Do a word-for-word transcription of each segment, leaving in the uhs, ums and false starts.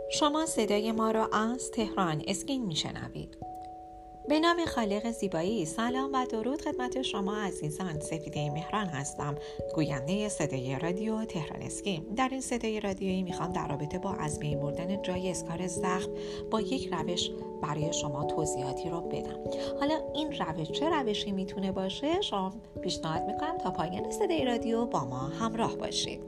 شما صدای ما را از تهران اسکین میشنوید. به نام خالق زیبایی، سلام و درود خدمت شما عزیزان. سفیده مهران هستم، گوینده صدای رادیو تهران اسکین. در این صدای رادیویی میخوام در رابطه با از بین بردن جای اسکار زخم با یک روش برای شما توضیحاتی رو بدم. حالا این روش چه روشی میتونه باشه؟ شما پیشنهاد میکنم تا پایان صدای رادیو با ما همراه باشید.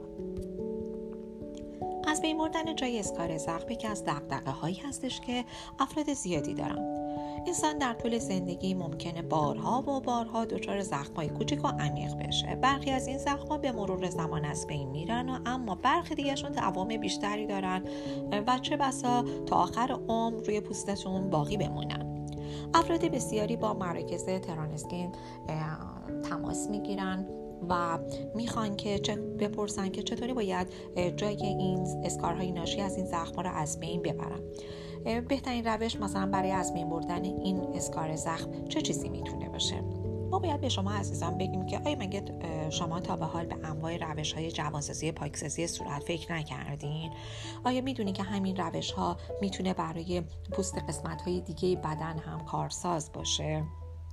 از بین بردن جای اسکار زخم یکی از دغدغه‌هایی هستش که افراد زیادی دارن. انسان در طول زندگی ممکنه بارها و بارها دچار زخم‌های کوچک و عمیق بشه. برخی از این زخم‌ها به مرور زمان از بین میرن و اما برخی دیگه‌شون دوام بیشتری دارن و چه بسا تا آخر عمر روی پوستشون باقی بمونن. افراد بسیاری با مراکز تهران اسکین تماس میگیرن و میخوان که چه بپرسن که چطوری باید جای این اسکارهای ناشی از این زخم‌ها رو از بین ببرن. بهترین روش مثلا برای از بین بردن این اسکار زخم چه چیزی میتونه باشه؟ ما باید به شما عزیزان بگیم که آیا مگه شما تا به حال به انواع روش‌های جوانسازی پاکسازی صورت فکر نکردین؟ آیا میدونی که همین روش‌ها میتونه برای پوست قسمت‌های دیگه بدن هم کارساز باشه؟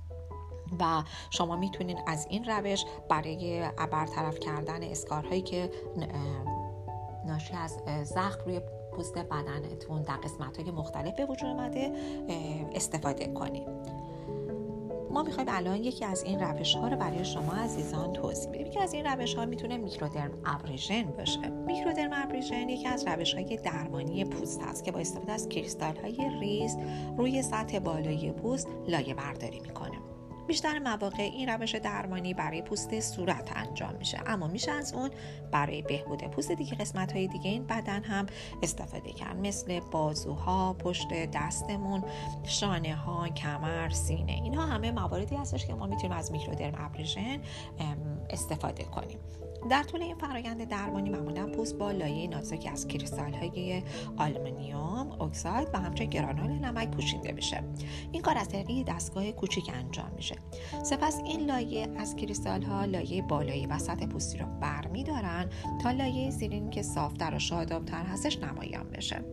و شما میتونین از این روش برای برطرف کردن اسکارهایی که ناشی از زخم روی پوست بدنتون در قسمت‌های مختلف به وجود اومده استفاده کنید. ما میخوایم الان یکی از این روش‌ها رو برای شما عزیزان توضیح بدیم. یکی از این روش‌ها میتونه میکرودرم ابریژن باشه. میکرودرم ابریژن یکی از روش‌های درمانی پوست هست که با استفاده از کریستال‌های ریز روی سطح بالای پوست لایه برداری میکنه. بیشتر مواقع این روش درمانی برای پوست صورت انجام میشه، اما میشه از اون برای بهبود پوست دیگه قسمت‌های دیگه این بدن هم استفاده کرد، مثل بازوها، پشت دستمون، شانه ها، کمر، سینه. اینها همه مواردی هستش که ما میتونیم از میکرودرم ابریژن استفاده کنیم. در طول این فرآیند درمانی معمولا پوست با لایه نازکی از کریستال‌های آلومینیوم اکساید و همچنین گرانول نمک پوشیده میشه. این کار از طریق دستگاه کوچیک انجام میشه. سپس این لایه از کریستال‌ها لایه بالایی و سطح پوستی رو برمی‌دارن تا لایه زیرین که صاف‌تر و شاداب‌تر هستش نمایان بشه.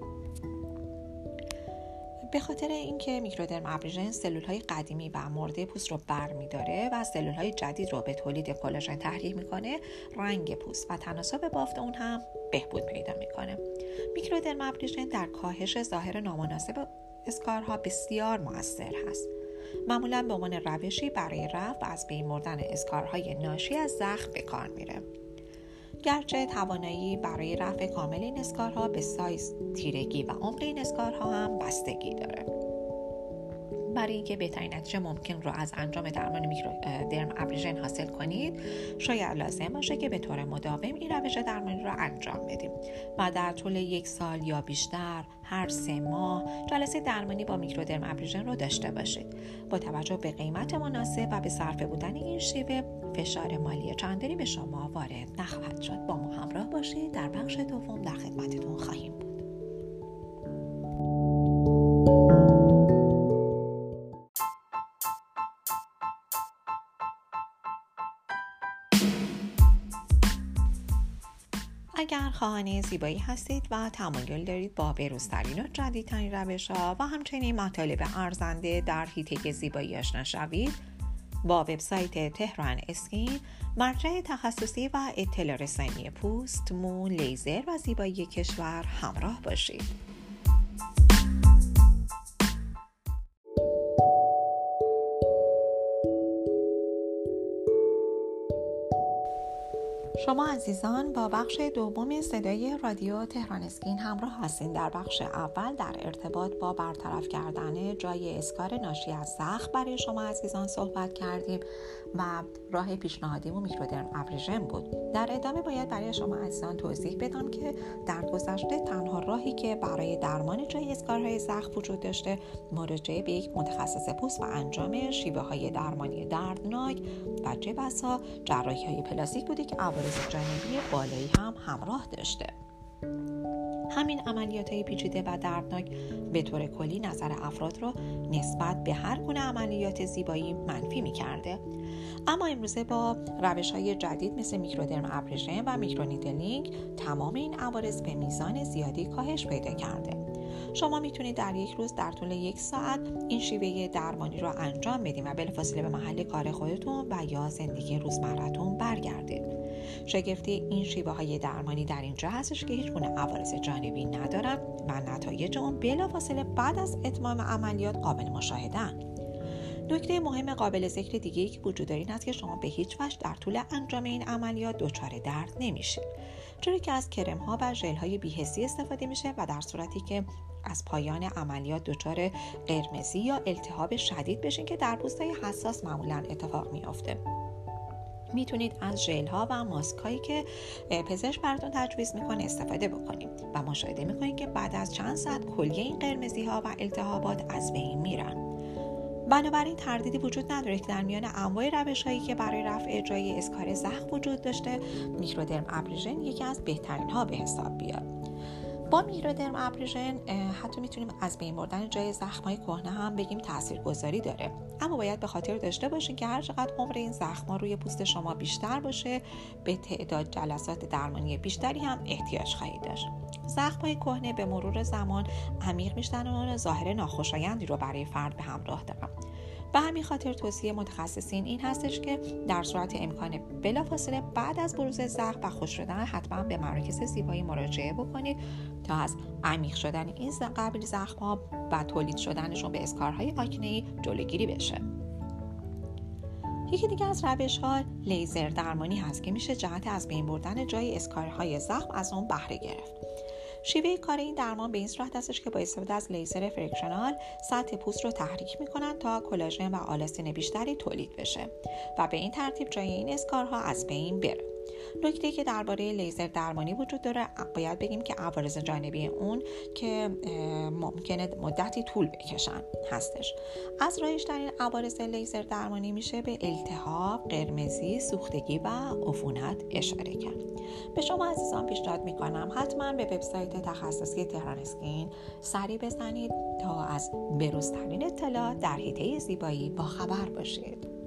به خاطر اینکه میکرودرم ابریژن سلول‌های قدیمی و مرده پوست رو برمی‌داره و سلول‌های جدید رو به تولید کلاژن تحریک می‌کنه، رنگ پوست و تناسب بافت اون هم بهبود پیدا می‌کنه. میکرودرم ابریژن در کاهش ظاهر نامناسب اسکارها بسیار مؤثر هست. معمولاً به عنوان روشی برای رفع و از بین بردن اسکارهای ناشی از زخم به کار میره. گرچه توانایی برای رفع کامل این اسکارها به سایز، تیرگی و عمق این اسکارها هم بستگی داره. برای اینکه بهترین نتیجه ممکن رو از انجام درمان میکرودرم ابریژن حاصل کنید، شاید لازم باشه که به طور مداوم این روش درمانی رو انجام بدیم و در طول یک سال یا بیشتر هر سه ماه جلسه درمانی با میکرودرم ابریژن رو داشته باشید. با توجه به قیمت مناسب و به صرفه بودن این شیوه، فشار مالی چندانی به شما وارد نخواهد شد. با ما همراه باشید، در بخش دوم در خدمتتون خواهیم بود. اگر خواهان زیبایی هستید و تمایل دارید با بروزترین و جدیدترین روش‌ها و همچنین مطالب ارزنده در حیطه زیبایی آشنا شوید، با وبسایت تهران اسکین، مرجع تخصصی و اطلاع رسانی پوست، مو، لیزر و زیبایی کشور همراه باشید. شما عزیزان با بخش دوم صدای رادیو تهران اسکین همراه هستین. در بخش اول در ارتباط با برطرف کردن جای اسکار ناشی از زخم برای شما عزیزان صحبت کردیم و راه پیشنهادیمون میکرودرم ابریژن بود. در ادامه باید برای شما عزیزان توضیح بدم که در گذشته تنها راهی که برای درمان جای اسکارهای زخم وجود داشته مراجعه به یک متخصص پوست و انجام شیوه‌های درمانی دردناک و چه بسا جراحی‌های پلاستیک بوده که عوارض جانبی بالایی هم همراه داشته. همین عملیات‌های پیچیده و دردناک به طور کلی نظر افراد رو نسبت به هر گونه عملیات زیبایی منفی می‌کرده. اما امروزه با روش‌های جدید مثل میکرودرم ابریژن و میکرونیدلینگ تمام این عوارض به میزان زیادی کاهش پیدا کرده. شما میتونید در یک روز در طول یک ساعت این شیوه درمانی رو انجام بدید و بلافاصله به محل کار خودتون و یا زندگی روزمره‌تون برگردید. شگفتی این شیوه های درمانی در اینجا هستش که هیچ گونه عوارض جانبی ندارن و نتایج اون بلافاصله بعد از اتمام عملیات قابل مشاهده‌اند. نکته مهم قابل ذکر دیگه‌ای که وجود داره این است که شما به هیچ وجه در طول انجام این عملیات دچار درد نمیشید، چرا که از کرم ها و ژل های بی‌حسی استفاده میشه و در صورتی که از پایان عملیات دچار قرمزی یا التهاب شدید بشین که در پوست‌های حساس معمولاً اتفاق میافته، میتونید از ژل ها و ماسک هایی که پزشک براتون تجویز میکنه استفاده بکنید و مشاهده میکنید که بعد از چند ساعت کلیه این قرمزی ها و التهابات از بین میرن. بنابراین تردیدی وجود نداره که در میان انواع روش‌هایی که برای رفع اجرای اسکار زخم وجود داشته، میکرودرم ابریژن یکی از بهترین ها به حساب بیاد. با میکرودرم ابریژن حتی میتونیم از بین بردن جای زخم‌های کهنه هم بگیم تاثیرگذاری داره، اما باید به خاطر داشته باشین که هر چقدر عمر این زخم‌ها روی پوست شما بیشتر باشه، به تعداد جلسات درمانی بیشتری هم احتیاج خواهید داشت. زخم‌های کهنه به مرور زمان عمیق میشن و ظاهر ناخوشایندی رو برای فرد به همراه دارن. به همین خاطر توصیه متخصصین این هستش که در صورت امکان بلافاصله بعد از بروز زخم و خشک شدن حتما به مراکز زیبایی مراجعه بکنید تا از عمیق شدن این قبیل زخم‌ها و تولید شدنشون به اسکارهای آکنه‌ای جلوگیری بشه. یکی دیگه از روش‌ها لیزر درمانی هست که میشه جهت از بین بردن جای اسکارهای زخم از اون بهره گرفت. شیوه کار این درمان به این صورت هستش که با استفاده از لیزر فرکشنال سطح پوست رو تحریک میکنن تا کلاژن و آلاستین بیشتری تولید بشه و به این ترتیب جای این اسکارها از بین بره. نکته‌ای که درباره لیزر درمانی وجود داره باید بگیم که عوارض جانبی اون که ممکنه مدتی طول بکشن هستش. از رایج‌ترین عوارض لیزر درمانی میشه به التهاب، قرمزی، سوختگی و عفونت اشاره کرد. به شما عزیزان پیشنهاد میکنم حتما به وبسایت تخصصی تهران اسکین سری بزنید تا از بروزترین اطلاعات در حیطه زیبایی با خبر باشید.